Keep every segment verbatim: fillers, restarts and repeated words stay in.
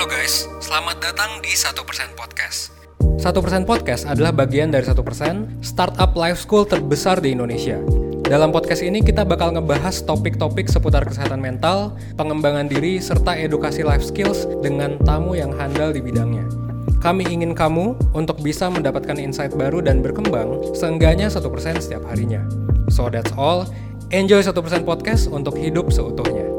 Halo guys, selamat datang di satu persen Podcast. satu persen Podcast adalah bagian dari satu persen startup life school terbesar di Indonesia. Dalam podcast ini kita bakal ngebahas topik-topik seputar kesehatan mental, pengembangan diri, serta edukasi life skills dengan tamu yang handal di bidangnya. Kami ingin kamu untuk bisa mendapatkan insight baru dan berkembang seenggaknya satu persen setiap harinya. So that's all, enjoy satu persen Podcast untuk hidup seutuhnya.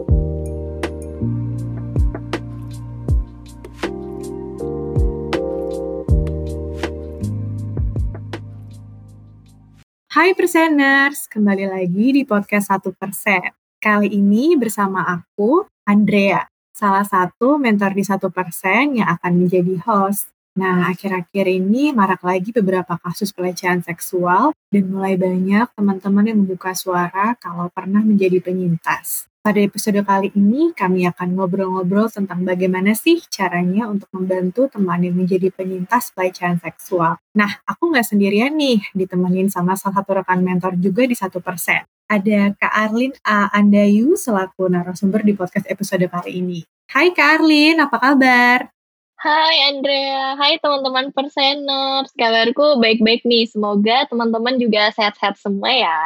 Hai Perseners, kembali lagi di podcast satu persen. Kali ini bersama aku, Andrea, salah satu mentor di satu persen yang akan menjadi host. Nah, akhir-akhir ini marak lagi beberapa kasus pelecehan seksual dan mulai banyak teman-teman yang membuka suara kalau pernah menjadi penyintas. Pada episode kali ini, kami akan ngobrol-ngobrol tentang bagaimana sih caranya untuk membantu teman yang menjadi penyintas pelecehan seksual. Nah, aku nggak sendirian nih, ditemenin sama salah satu rekan mentor juga di satu persen. Ada Kak Arlin A. Andayu selaku narasumber di podcast episode kali ini. Hai Kak Arlin, apa kabar? Hai Andrea, hai teman-teman Perseners. Kabarku baik-baik nih, semoga teman-teman juga sehat-sehat semua ya.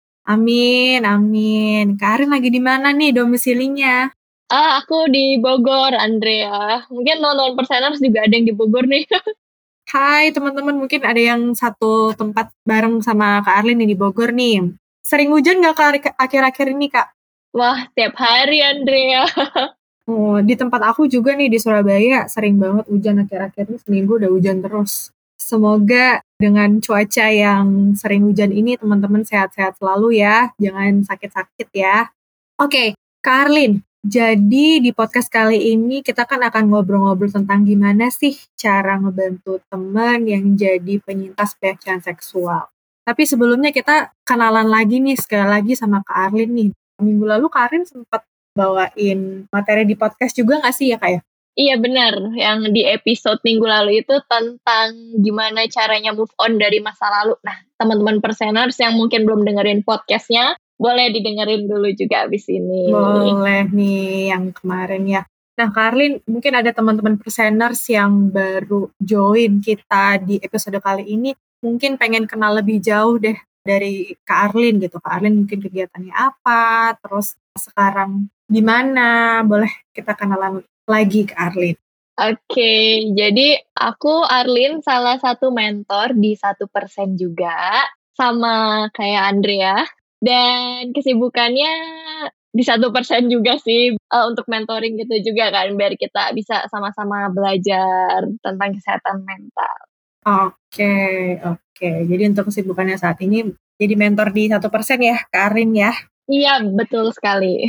Amin, amin. Kak Arlin lagi di mana nih domisilinya? Ah, aku di Bogor, Andrea. Mungkin teman-teman Perseners juga ada yang di Bogor nih. Hai teman-teman, mungkin ada yang satu tempat bareng sama Kak Arlin nih di Bogor nih. Sering hujan nggak Kak akhir-akhir ini Kak? Wah, tiap hari Andrea. Oh, di tempat aku juga nih di Surabaya sering banget hujan akhir-akhir ini, seminggu udah hujan terus. Semoga dengan cuaca yang sering hujan ini teman-teman sehat-sehat selalu ya, jangan sakit-sakit ya. Oke, Kak Arlin, jadi di podcast kali ini kita kan akan ngobrol-ngobrol tentang gimana sih cara ngebantu teman yang jadi penyintas pelecehan seksual. Tapi sebelumnya kita kenalan lagi nih sekali lagi sama Kak Arlin nih. Minggu lalu Kak Arlin sempat bawain materi di podcast juga nggak sih ya Kak ya? Iya benar, yang di episode minggu lalu itu tentang gimana caranya move on dari masa lalu. Nah, teman-teman Perseners yang mungkin belum dengerin podcastnya, boleh didengerin dulu juga abis ini. Boleh nih yang kemarin ya. Nah, Karlin, mungkin ada teman-teman Perseners yang baru join kita di episode kali ini, mungkin pengen kenal lebih jauh deh dari Kak Arlin gitu. Kak Arlin mungkin kegiatannya apa, terus sekarang di mana, boleh kita kenalan lagi Kak Arlin. Oke, jadi aku Arlin salah satu mentor di satu persen juga, sama kayak Andrea. Dan kesibukannya di satu persen juga sih, uh, untuk mentoring gitu juga kan, biar kita bisa sama-sama belajar tentang kesehatan mental. Oke, oke. Jadi untuk kesibukannya saat ini, jadi mentor di satu persen ya, Kak Arlin ya? Iya, betul sekali.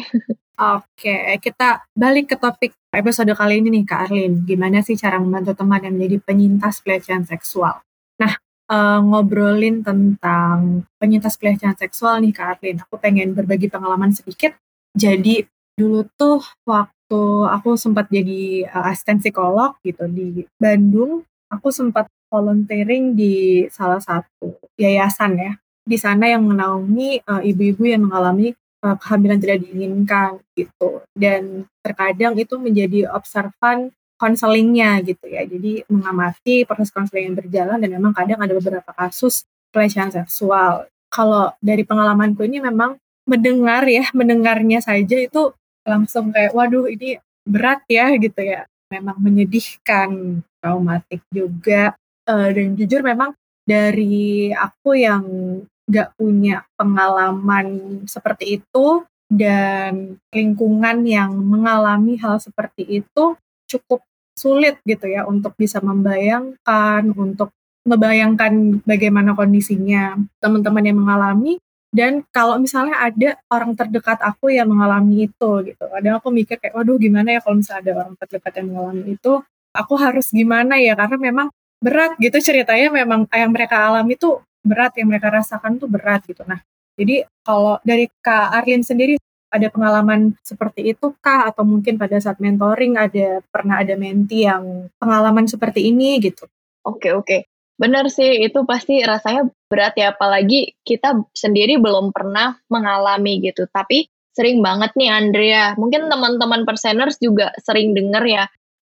Oke, kita balik ke topik episode kali ini nih Kak Arlin. Gimana sih cara membantu teman yang menjadi penyintas pelecehan seksual? Nah, uh, ngobrolin tentang penyintas pelecehan seksual nih Kak Arlin. Aku pengen berbagi pengalaman sedikit. Jadi dulu tuh waktu aku sempat jadi uh, asisten psikolog gitu di Bandung, aku sempat volunteering di salah satu yayasan ya. Di sana yang menaungi uh, ibu-ibu yang mengalami kehamilan tidak diinginkan gitu, dan terkadang itu menjadi observan konselingnya gitu ya, jadi mengamati proses konseling yang berjalan dan memang kadang ada beberapa kasus pelecehan seksual. Kalau dari pengalamanku ini memang mendengar ya, mendengarnya saja itu langsung kayak waduh ini berat ya gitu ya, memang menyedihkan, traumatik juga, uh, dan jujur memang dari aku yang gak punya pengalaman seperti itu dan lingkungan yang mengalami hal seperti itu cukup sulit gitu ya untuk bisa membayangkan, untuk membayangkan bagaimana kondisinya teman-teman yang mengalami, dan kalau misalnya ada orang terdekat aku yang mengalami itu gitu. Kadang aku mikir kayak waduh gimana ya kalau misalnya ada orang terdekat yang mengalami itu, aku harus gimana ya, karena memang berat gitu ceritanya, memang yang mereka alami tuh berat, yang mereka rasakan tuh berat gitu. Nah, jadi kalau dari Kak Arlin sendiri ada pengalaman seperti itu kah? Atau mungkin pada saat mentoring ada pernah ada menti yang pengalaman seperti ini gitu? Oke, oke. Benar sih, itu pasti rasanya berat ya, apalagi kita sendiri belum pernah mengalami gitu. Tapi sering banget nih Andrea, mungkin teman-teman Perseners juga sering denger ya,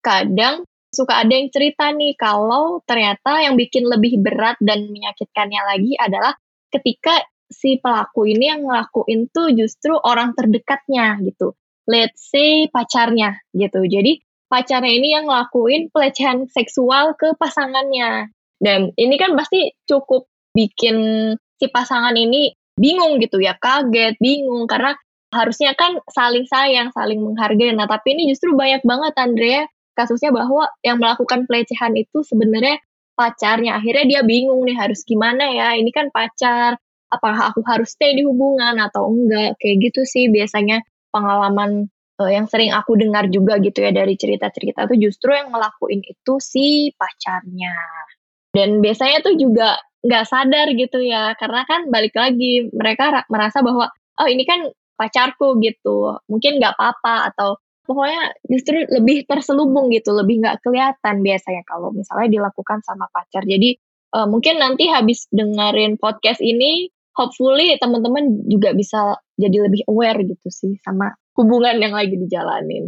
kadang suka ada yang cerita nih kalau ternyata yang bikin lebih berat dan menyakitkannya lagi adalah ketika si pelaku ini yang ngelakuin tuh justru orang terdekatnya gitu. Let's say pacarnya gitu. Jadi pacarnya ini yang ngelakuin pelecehan seksual ke pasangannya. Dan ini kan pasti cukup bikin si pasangan ini bingung gitu ya, kaget, bingung karena harusnya kan saling sayang, saling menghargai. Nah, tapi ini justru banyak banget Andrea kasusnya bahwa yang melakukan pelecehan itu sebenarnya pacarnya. Akhirnya dia bingung nih harus gimana ya, ini kan pacar, apakah aku harus stay di hubungan atau enggak, kayak gitu sih biasanya pengalaman uh, yang sering aku dengar juga gitu ya dari cerita-cerita tuh justru yang ngelakuin itu si pacarnya. Dan biasanya tuh juga nggak sadar gitu ya, karena kan balik lagi mereka ra- merasa bahwa oh ini kan pacarku gitu, mungkin nggak apa-apa atau pokoknya justru lebih terselubung gitu, lebih nggak kelihatan biasanya kalau misalnya dilakukan sama pacar. Jadi uh, mungkin nanti habis dengerin podcast ini, hopefully teman-teman juga bisa jadi lebih aware gitu sih sama hubungan yang lagi dijalanin.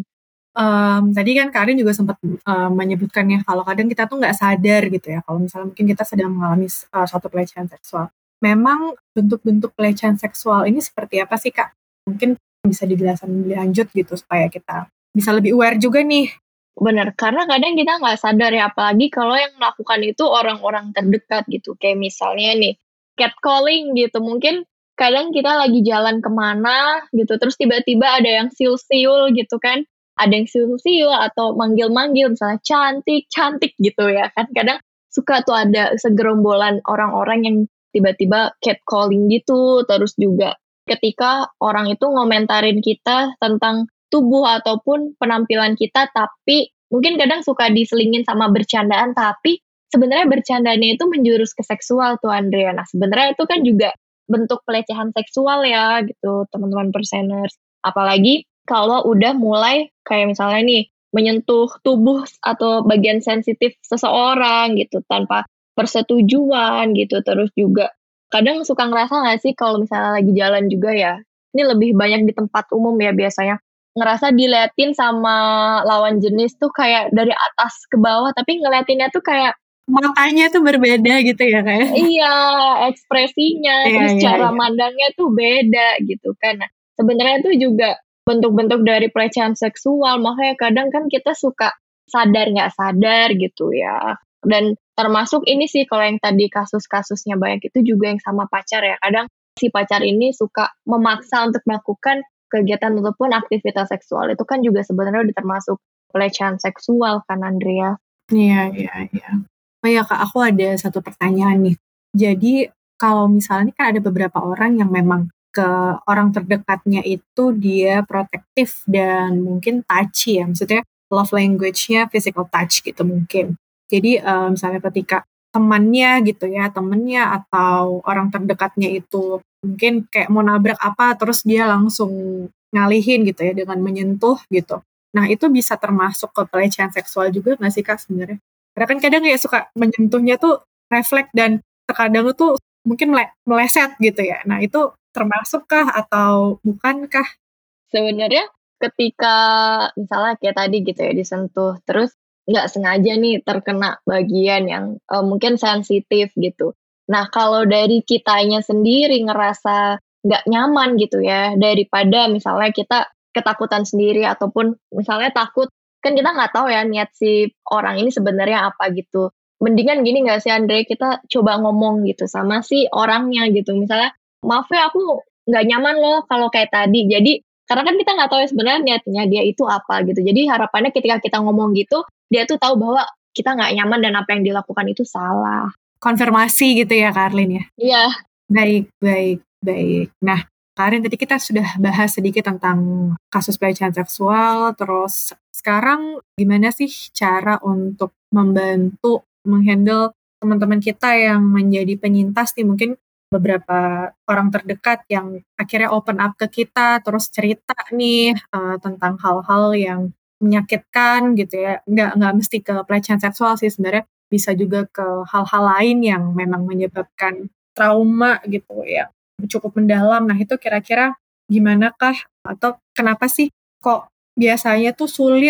Um, tadi kan Karin juga sempat um, menyebutkan ya kalau kadang kita tuh nggak sadar gitu ya kalau misalnya mungkin kita sedang mengalami uh, suatu pelecehan seksual. Memang bentuk-bentuk pelecehan seksual ini seperti apa sih Kak? Mungkin bisa dijelaskan lebih lanjut gitu supaya kita bisa lebih aware juga nih. Bener, karena kadang kita nggak sadar ya, apalagi kalau yang melakukan itu orang-orang terdekat gitu. Kayak misalnya nih, catcalling gitu. Mungkin kadang kita lagi jalan kemana gitu, terus tiba-tiba ada yang siul-siul gitu kan. Ada yang siul-siul atau manggil-manggil, misalnya cantik, cantik gitu ya kan. Kadang suka tuh ada segerombolan orang-orang yang tiba-tiba catcalling gitu. Terus juga ketika orang itu ngomentarin kita tentang tubuh ataupun penampilan kita, tapi mungkin kadang suka diselingin sama bercandaan, tapi sebenarnya bercandanya itu menjurus ke seksual tuh Andrea. Nah sebenarnya itu kan juga bentuk pelecehan seksual ya gitu teman-teman perseners. Apalagi kalau udah mulai kayak misalnya nih menyentuh tubuh atau bagian sensitif seseorang gitu tanpa persetujuan gitu. Terus juga kadang suka ngerasa gak sih kalau misalnya lagi jalan juga ya, ini lebih banyak di tempat umum ya biasanya, ngerasa diliatin sama lawan jenis tuh kayak dari atas ke bawah, tapi ngeliatinnya tuh kayak matanya tuh berbeda gitu ya kayak. Iya, ekspresinya, Iya, terus iya, cara iya. mandangnya tuh beda gitu kan. Nah, sebenarnya tuh juga bentuk-bentuk dari pelecehan seksual, makanya kadang kan kita suka sadar nggak sadar gitu ya. Dan termasuk ini sih kalau yang tadi kasus-kasusnya banyak itu juga yang sama pacar ya. Kadang si pacar ini suka memaksa untuk melakukan kegiatan ataupun aktivitas seksual. Itu kan juga sebenarnya udah termasuk pelecehan seksual kan Andrea. Iya, iya, iya. Oh ya Kak, aku ada satu pertanyaan nih. Jadi kalau misalnya kan ada beberapa orang yang memang ke orang terdekatnya itu dia protektif dan mungkin touchy ya, maksudnya love language-nya physical touch gitu mungkin. Jadi uh, misalnya ketika temannya gitu ya, temennya atau orang terdekatnya itu mungkin kayak mau nabrak apa, terus dia langsung ngalihin gitu ya dengan menyentuh gitu. Nah itu bisa termasuk ke pelecehan seksual juga nggak sih Kak sebenarnya? Karena kan kadang kayak suka menyentuhnya tuh refleks dan terkadang tuh mungkin meleset gitu ya. Nah itu termasukkah atau bukankah? Sebenarnya ketika misalnya kayak tadi gitu ya disentuh, terus nggak sengaja nih terkena bagian yang uh, mungkin sensitif gitu. Nah kalau dari kitanya sendiri ngerasa nggak nyaman gitu ya, daripada misalnya kita ketakutan sendiri ataupun misalnya takut, kan kita nggak tahu ya niat si orang ini sebenarnya apa gitu. Mendingan gini nggak sih Andre, kita coba ngomong gitu sama si orangnya gitu. Misalnya, maaf ya aku nggak nyaman loh kalau kayak tadi. Jadi karena kan kita nggak tahu ya sebenarnya niatnya dia itu apa gitu. Jadi harapannya ketika kita ngomong gitu, dia tuh tahu bahwa kita nggak nyaman dan apa yang dilakukan itu salah. Konfirmasi gitu ya Karlin ya? Iya. Baik, baik, baik. Nah, Karin tadi kita sudah bahas sedikit tentang kasus pelecehan seksual, terus sekarang gimana sih cara untuk membantu menghandle teman-teman kita yang menjadi penyintas nih, mungkin beberapa orang terdekat yang akhirnya open up ke kita, terus cerita nih uh, tentang hal-hal yang menyakitkan gitu ya, nggak nggak mesti ke pelecehan seksual sih sebenarnya, bisa juga ke hal-hal lain yang memang menyebabkan trauma gitu ya, cukup mendalam. Nah itu kira-kira gimana kah atau kenapa sih kok biasanya tuh sulit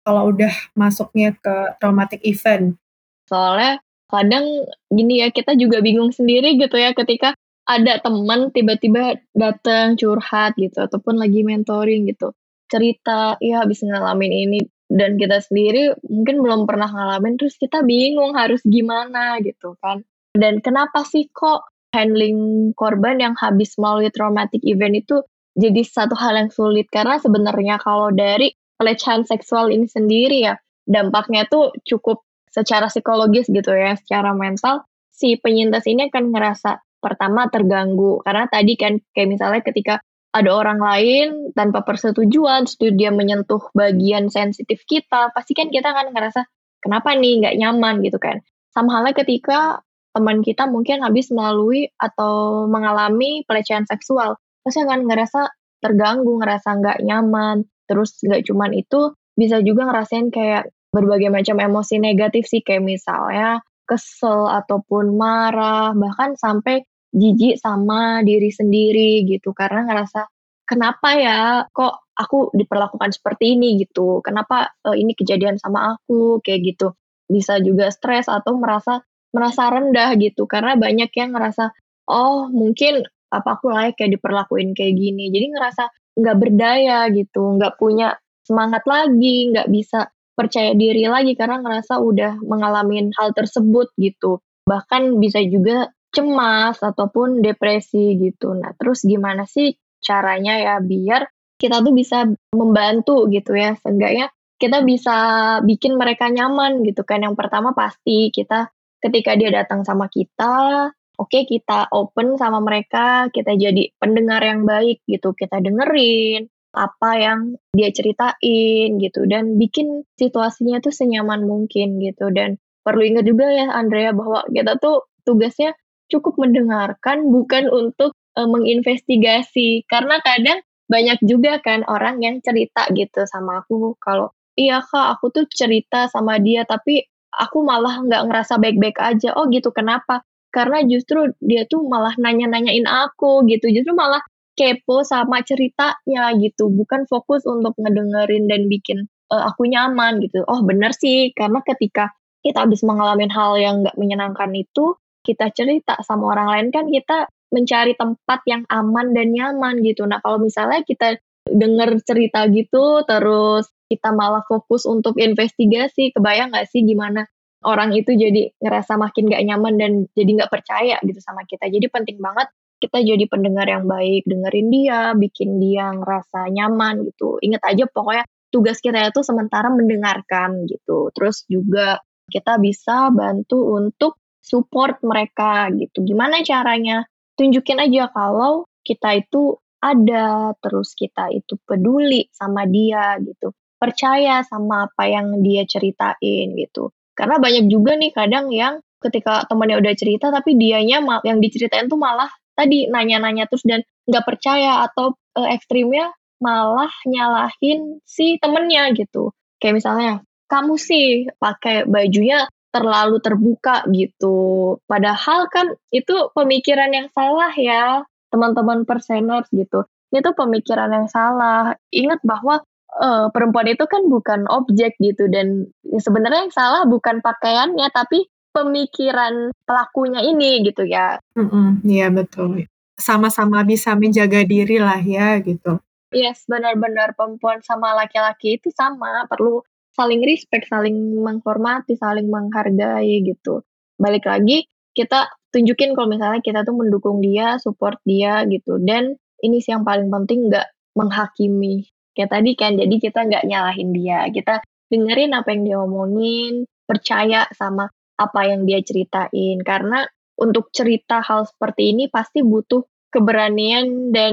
kalau udah masuknya ke traumatic event? Soalnya kadang gini ya, kita juga bingung sendiri gitu ya ketika ada teman tiba-tiba datang curhat gitu ataupun lagi mentoring gitu. Cerita, ya habis ngalamin ini dan kita sendiri mungkin belum pernah ngalamin terus kita bingung harus gimana gitu kan. Dan kenapa sih kok handling korban yang habis melalui traumatic event itu jadi satu hal yang sulit? Karena sebenarnya kalau dari pelecehan seksual ini sendiri ya, dampaknya tuh cukup secara psikologis gitu ya, secara mental, si penyintas ini akan ngerasa pertama terganggu. Karena tadi kan kayak misalnya ketika ada orang lain tanpa persetujuan, terus dia menyentuh bagian sensitif kita, pasti kan kita akan ngerasa kenapa nih nggak nyaman gitu kan. Sama halnya ketika teman kita mungkin habis melalui atau mengalami pelecehan seksual, pasti akan ngerasa terganggu, ngerasa nggak nyaman. Terus nggak cuman itu, bisa juga ngerasain kayak berbagai macam emosi negatif sih, kayak misalnya kesel ataupun marah, bahkan sampai jijik sama diri sendiri gitu, karena ngerasa kenapa ya kok aku diperlakukan seperti ini gitu, kenapa uh, ini kejadian sama aku kayak gitu. Bisa juga stres atau merasa merasa rendah gitu, karena banyak yang ngerasa oh mungkin apa aku layak kayak diperlakuin kayak gini, jadi ngerasa nggak berdaya gitu, nggak punya semangat lagi, nggak bisa percaya diri lagi karena ngerasa udah mengalami hal tersebut gitu. Bahkan bisa juga cemas ataupun depresi gitu. Nah, terus gimana sih caranya ya biar kita tuh bisa membantu gitu ya. Seenggaknya kita bisa bikin mereka nyaman gitu kan. Yang pertama pasti kita ketika dia datang sama kita, oke okay, kita open sama mereka, kita jadi pendengar yang baik gitu. Kita dengerin apa yang dia ceritain gitu dan bikin situasinya tuh senyaman mungkin gitu. Dan perlu ingat juga ya Andrea bahwa kita tuh tugasnya cukup mendengarkan bukan untuk e, menginvestigasi, karena kadang banyak juga kan orang yang cerita gitu sama aku kalau iya kak aku tuh cerita sama dia tapi aku malah nggak ngerasa baik-baik aja. Oh gitu, kenapa? Karena justru dia tuh malah nanya-nanyain aku gitu, justru malah kepo sama ceritanya gitu, bukan fokus untuk ngedengerin dan bikin uh, aku nyaman gitu. Oh bener sih, karena ketika kita habis mengalami hal yang nggak menyenangkan itu, kita cerita sama orang lain kan kita mencari tempat yang aman dan nyaman gitu. Nah kalau misalnya kita denger cerita gitu, terus kita malah fokus untuk investigasi, kebayang nggak sih gimana orang itu jadi ngerasa makin nggak nyaman dan jadi nggak percaya gitu sama kita. Jadi penting banget kita jadi pendengar yang baik, dengerin dia, bikin dia ngerasa nyaman gitu. Ingat aja pokoknya tugas kita itu sementara mendengarkan gitu. Terus juga kita bisa bantu untuk support mereka gitu. Gimana caranya? Tunjukin aja kalau kita itu ada, terus kita itu peduli sama dia gitu. Percaya sama apa yang dia ceritain gitu. Karena banyak juga nih kadang yang ketika temannya udah cerita tapi dianya yang diceritain tuh malah tadi nanya-nanya terus dan nggak percaya atau e, ekstrimnya malah nyalahin si temennya gitu. Kayak misalnya, kamu sih pakai bajunya terlalu terbuka gitu. Padahal kan itu pemikiran yang salah ya, teman-teman perseners gitu. Ini tuh pemikiran yang salah. Ingat bahwa e, perempuan itu kan bukan objek gitu dan sebenarnya yang salah bukan pakaiannya tapi pemikiran pelakunya ini gitu ya. Mm-mm, iya betul. Sama-sama bisa menjaga diri lah ya gitu. Yes, benar-benar perempuan sama laki-laki itu sama, perlu saling respect, saling menghormati, saling menghargai gitu. Balik lagi, kita tunjukin kalau misalnya kita tuh mendukung dia, support dia gitu. Dan ini sih yang paling penting, nggak menghakimi. Kayak tadi kan, jadi kita nggak nyalahin dia. Kita dengerin apa yang dia omongin, percaya sama apa yang dia ceritain. Karena untuk cerita hal seperti ini pasti butuh keberanian dan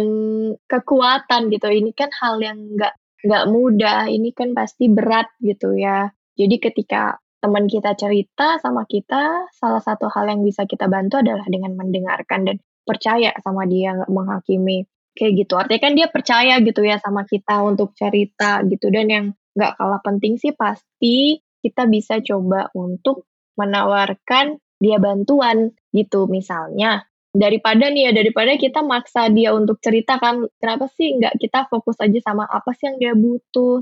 kekuatan gitu. Ini kan hal yang nggak nggak mudah. Ini kan pasti berat gitu ya. Jadi ketika teman kita cerita sama kita, salah satu hal yang bisa kita bantu adalah dengan mendengarkan dan percaya sama dia, nggak menghakimi. Kayak gitu. Artinya kan dia percaya gitu ya sama kita untuk cerita gitu. Dan yang nggak kalah penting sih pasti kita bisa coba untuk menawarkan dia bantuan gitu. Misalnya daripada nih ya, daripada kita maksa dia untuk cerita kan, kenapa sih nggak kita fokus aja sama apa sih yang dia butuh, terus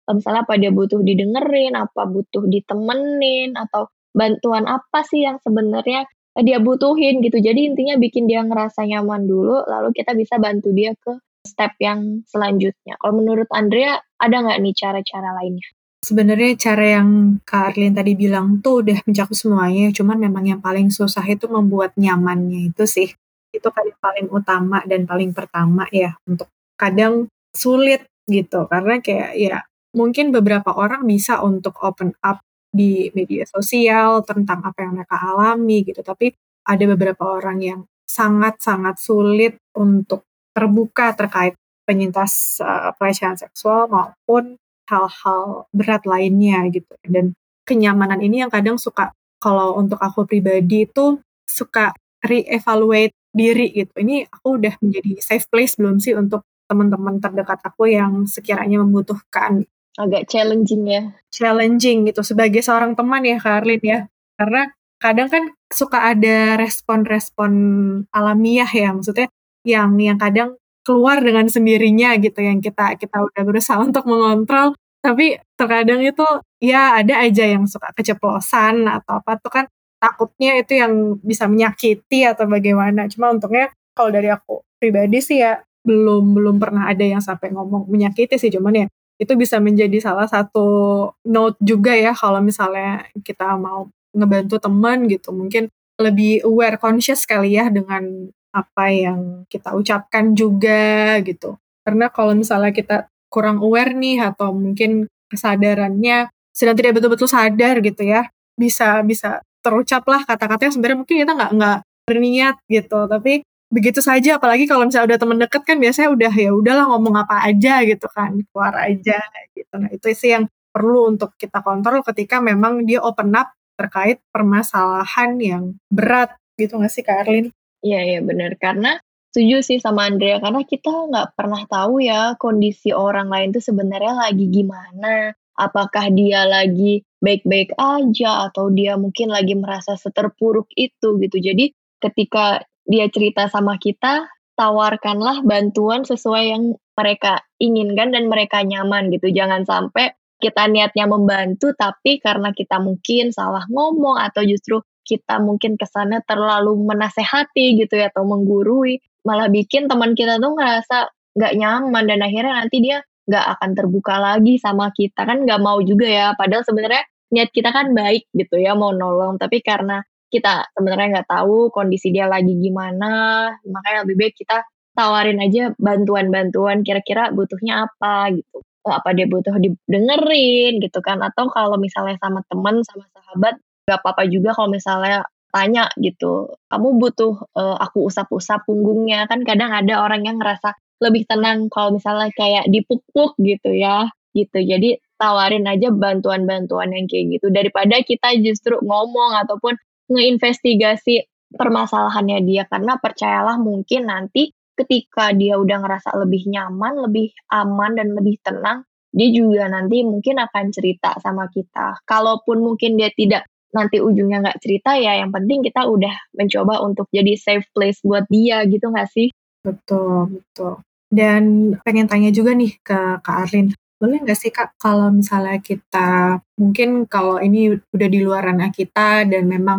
misalnya apa dia butuh didengerin, apa butuh ditemenin, atau bantuan apa sih yang sebenarnya eh, dia butuhin gitu. Jadi intinya bikin dia ngerasa nyaman dulu, lalu kita bisa bantu dia ke step yang selanjutnya. Kalau menurut Andrea, ada nggak nih cara-cara lainnya? Sebenarnya cara yang Kak Arlin tadi bilang tuh udah mencakup semuanya, cuman memang yang paling susah itu membuat nyamannya itu sih. Itu kan yang paling utama dan paling pertama ya, untuk kadang sulit gitu, karena kayak ya mungkin beberapa orang bisa untuk open up di media sosial tentang apa yang mereka alami gitu, tapi ada beberapa orang yang sangat-sangat sulit untuk terbuka terkait penyintas uh, pelecehan seksual maupun hal-hal berat lainnya gitu. Dan kenyamanan ini yang kadang suka, kalau untuk aku pribadi itu suka re-evaluate diri gitu. Ini aku udah menjadi safe place belum sih untuk teman-teman terdekat aku yang sekiranya membutuhkan. Agak challenging ya. Challenging gitu sebagai seorang teman ya Kak Arlin ya. Karena kadang kan suka ada respon-respon alamiah ya, maksudnya yang yang kadang keluar dengan sendirinya gitu, yang kita kita udah berusaha untuk mengontrol, tapi terkadang itu ya ada aja yang suka keceplosan atau apa tuh kan, takutnya itu yang bisa menyakiti atau bagaimana. Cuma untungnya kalau dari aku pribadi sih ya belum belum pernah ada yang sampai ngomong menyakiti sih, cuman ya itu bisa menjadi salah satu note juga ya kalau misalnya kita mau ngebantu teman gitu, mungkin lebih aware, conscious kali ya dengan apa yang kita ucapkan juga gitu. Karena kalau misalnya kita kurang aware nih atau mungkin kesadarannya sedang tidak betul-betul sadar gitu ya, bisa bisa terucaplah kata-kata yang sebenarnya mungkin kita nggak nggak berniat gitu, tapi begitu saja. Apalagi kalau misalnya udah temen deket kan biasanya udah ya udahlah ngomong apa aja gitu kan, keluar aja gitu. Nah itu sih yang perlu untuk kita kontrol ketika memang dia open up terkait permasalahan yang berat gitu nggak sih Kak Arlin? Iya, iya benar. Karena setuju sih sama Andrea, karena kita nggak pernah tahu ya kondisi orang lain tuh sebenarnya lagi gimana. Apakah dia lagi baik-baik aja atau dia mungkin lagi merasa seterpuruk itu gitu. Jadi ketika dia cerita sama kita, tawarkanlah bantuan sesuai yang mereka inginkan dan mereka nyaman gitu. Jangan sampai kita niatnya membantu tapi karena kita mungkin salah ngomong atau justru kita mungkin kesannya terlalu menasehati gitu ya atau menggurui, malah bikin teman kita tuh ngerasa nggak nyaman dan akhirnya nanti dia nggak akan terbuka lagi sama kita, kan nggak mau juga ya, padahal sebenarnya niat kita kan baik gitu ya mau nolong, tapi karena kita sebenarnya nggak tahu kondisi dia lagi gimana, makanya lebih baik kita tawarin aja bantuan-bantuan kira-kira butuhnya apa gitu. Eh, apa dia butuh didengerin gitu kan, atau kalau misalnya sama teman sama sahabat gak apa-apa juga kalau misalnya tanya gitu, kamu butuh uh, aku usap-usap punggungnya, kan kadang ada orang yang ngerasa lebih tenang kalau misalnya kayak dipuk-puk gitu ya gitu. Jadi tawarin aja bantuan-bantuan yang kayak gitu daripada kita justru ngomong ataupun ngeinvestigasi permasalahannya dia, karena percayalah mungkin nanti ketika dia udah ngerasa lebih nyaman, lebih aman dan lebih tenang, dia juga nanti mungkin akan cerita sama kita. Kalaupun mungkin dia tidak nanti ujungnya nggak cerita, ya yang penting kita udah mencoba untuk jadi safe place buat dia gitu nggak sih? Betul, betul. Dan pengen tanya juga nih ke Kak Arlin, boleh nggak sih Kak kalau misalnya kita, mungkin kalau ini udah di luar ranah kita dan memang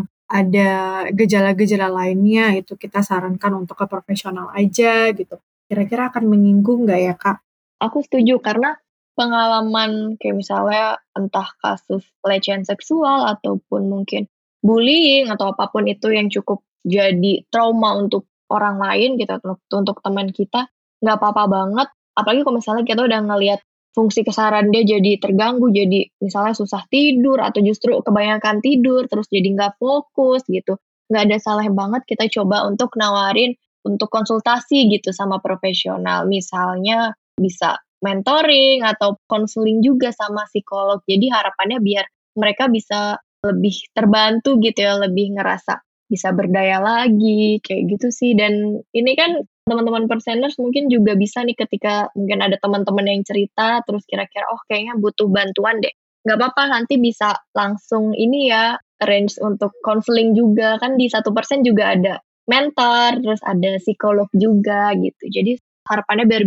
ada gejala-gejala lainnya, itu kita sarankan untuk ke profesional aja gitu. Kira-kira akan menyinggung nggak ya Kak? Aku setuju karena pengalaman kayak misalnya entah kasus pelecehan seksual ataupun mungkin bullying atau apapun itu yang cukup jadi trauma untuk orang lain gitu, untuk, untuk teman kita, nggak apa-apa banget. Apalagi kalau misalnya kita udah ngelihat fungsi keseharian dia jadi terganggu, jadi misalnya susah tidur atau justru kebanyakan tidur terus jadi nggak fokus gitu. Nggak ada salahnya banget kita coba untuk nawarin untuk konsultasi gitu sama profesional. Misalnya bisa mentoring atau konseling juga sama psikolog. Jadi harapannya biar mereka bisa lebih terbantu gitu ya, lebih ngerasa bisa berdaya lagi, kayak gitu sih. Dan ini kan teman-teman perseners mungkin juga bisa nih ketika mungkin ada teman-teman yang cerita, terus kira-kira oh kayaknya butuh bantuan deh. Nggak apa-apa, nanti bisa langsung ini ya, arrange untuk konseling juga. Kan di satu persen juga ada mentor, terus ada psikolog juga gitu. Jadi harapannya biar bisa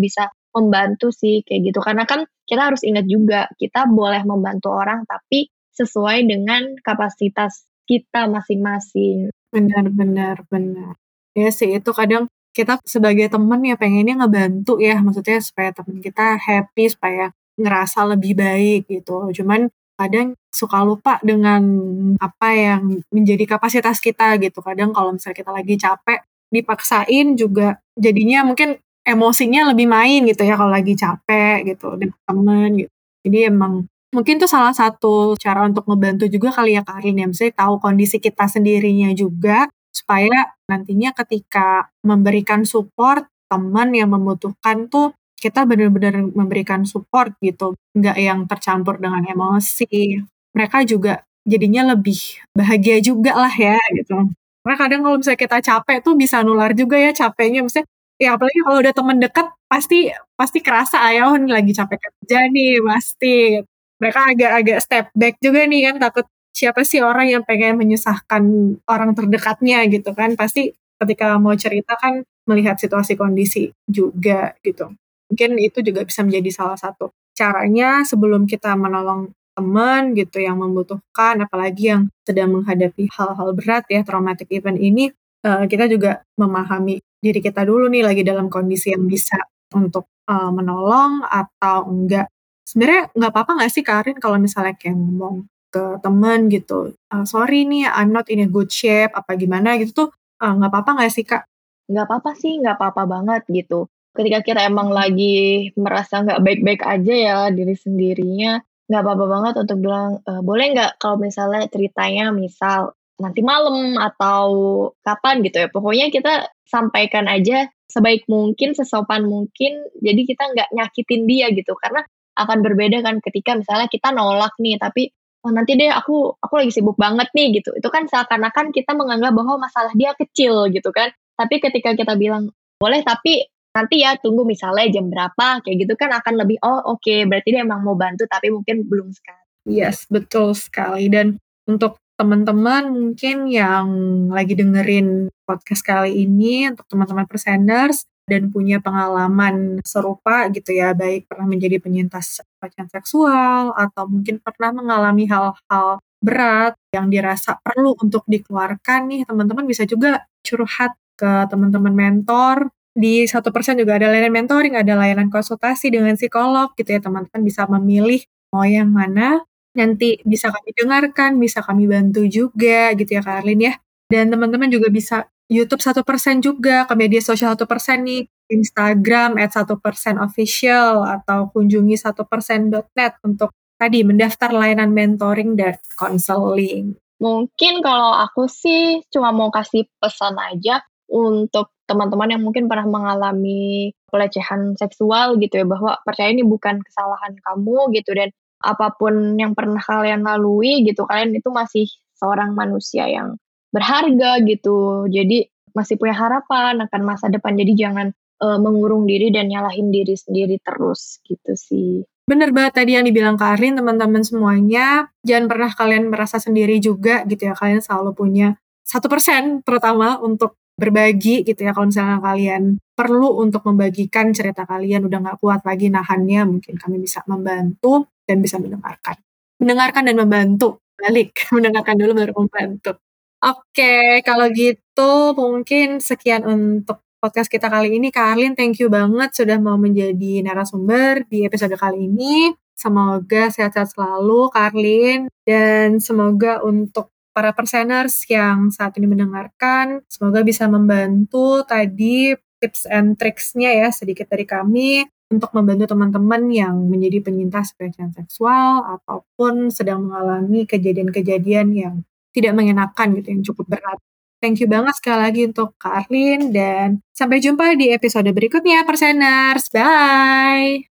membantu sih kayak gitu. Karena kan kita harus ingat juga, kita boleh membantu orang tapi sesuai dengan kapasitas kita masing-masing. Benar benar benar. Ya sih, itu kadang kita sebagai teman ya pengennya ngebantu ya, maksudnya supaya teman kita happy, supaya ngerasa lebih baik gitu. Cuman kadang suka lupa dengan apa yang menjadi kapasitas kita gitu. Kadang kalau misalnya kita lagi capek, dipaksain juga jadinya mungkin emosinya lebih main gitu ya kalau lagi capek gitu dengan temen gitu. Jadi emang mungkin tuh salah satu cara untuk ngebantu juga kali ya Kak Arin ya, misalnya tahu kondisi kita sendirinya juga supaya nantinya ketika memberikan support teman yang membutuhkan tuh kita benar-benar memberikan support gitu, nggak yang tercampur dengan emosi. Mereka juga jadinya lebih bahagia juga lah ya gitu. Karena kadang kalau misalnya kita capek tuh bisa nular juga ya capeknya, maksudnya ya apalagi kalau udah teman dekat pasti pasti kerasa ya, oh ini lagi capek kerja nih pasti. Mereka agak-agak step back juga nih kan, takut siapa sih orang yang pengen menyusahkan orang terdekatnya gitu kan. Pasti ketika mau cerita kan melihat situasi kondisi juga gitu. Mungkin itu juga bisa menjadi salah satu caranya sebelum kita menolong teman gitu yang membutuhkan, apalagi yang sedang menghadapi hal-hal berat ya, traumatic event ini, uh, kita juga memahami diri kita dulu nih lagi dalam kondisi yang bisa untuk uh, menolong atau enggak. Sebenarnya nggak apa-apa nggak sih Karin kalau misalnya kayak ngomong ke teman gitu, uh, sorry nih I'm not in a good shape, apa gimana gitu tuh, uh, nggak apa-apa nggak sih Kak? Nggak apa-apa sih, nggak apa-apa banget gitu. Ketika kita emang lagi merasa nggak baik-baik aja ya diri sendirinya, nggak apa-apa banget untuk bilang, e, boleh nggak kalau misalnya ceritanya misal nanti malam atau kapan gitu ya. Pokoknya kita sampaikan aja sebaik mungkin, sesopan mungkin, jadi kita nggak nyakitin dia gitu. Karena akan berbeda kan ketika misalnya kita nolak nih, tapi oh nanti deh aku aku lagi sibuk banget nih gitu. Itu kan seakan-akan kita menganggap bahwa masalah dia kecil gitu kan. Tapi ketika kita bilang boleh tapi nanti ya tunggu misalnya jam berapa kayak gitu kan akan lebih oh oke okay, berarti dia emang mau bantu tapi mungkin belum sekarang. Yes, betul sekali. Dan untuk teman-teman mungkin yang lagi dengerin podcast kali ini, untuk teman-teman perseners dan punya pengalaman serupa gitu ya, baik pernah menjadi penyintas pelecehan seksual atau mungkin pernah mengalami hal-hal berat yang dirasa perlu untuk dikeluarkan nih, teman-teman bisa juga curhat ke teman-teman mentor. Di satu persen juga ada layanan mentoring, ada layanan konsultasi dengan psikolog gitu ya, teman-teman bisa memilih mau yang mana, nanti bisa kami dengarkan, bisa kami bantu juga gitu ya Kak Arlin ya. Dan teman-teman juga bisa YouTube satu persen juga, ke media sosial satu persen nih, Instagram at satu persen official, atau kunjungi satu persen dot net untuk tadi mendaftar layanan mentoring dan konseling. Mungkin kalau aku sih cuma mau kasih pesan aja untuk teman-teman yang mungkin pernah mengalami pelecehan seksual gitu ya, bahwa percaya ini bukan kesalahan kamu gitu, dan apapun yang pernah kalian lalui gitu, kalian itu masih seorang manusia yang berharga gitu. Jadi masih punya harapan akan masa depan. Jadi jangan uh, mengurung diri dan nyalahin diri sendiri terus gitu sih. Bener banget tadi yang dibilang Kak Arlin, teman-teman semuanya, jangan pernah kalian merasa sendiri juga gitu ya, kalian selalu punya satu persen terutama untuk berbagi gitu ya, kalau misalnya kalian perlu untuk membagikan cerita kalian, udah gak kuat lagi nahannya, mungkin kami bisa membantu dan bisa mendengarkan. Mendengarkan dan membantu, balik, mendengarkan dulu baru membantu. Oke, kalau gitu mungkin sekian untuk podcast kita kali ini. Kak Arlin, thank you banget sudah mau menjadi narasumber di episode kali ini. Semoga sehat-sehat selalu, Kak Arlin. Dan semoga untuk para perseners yang saat ini mendengarkan, semoga bisa membantu tadi tips and tricksnya ya, sedikit dari kami, untuk membantu teman-teman yang menjadi penyintas pelecehan seksual, ataupun sedang mengalami kejadian-kejadian yang tidak mengenakan gitu, yang cukup berat. Thank you banget sekali lagi untuk Kak Arlin, dan sampai jumpa di episode berikutnya, Perseners. Bye!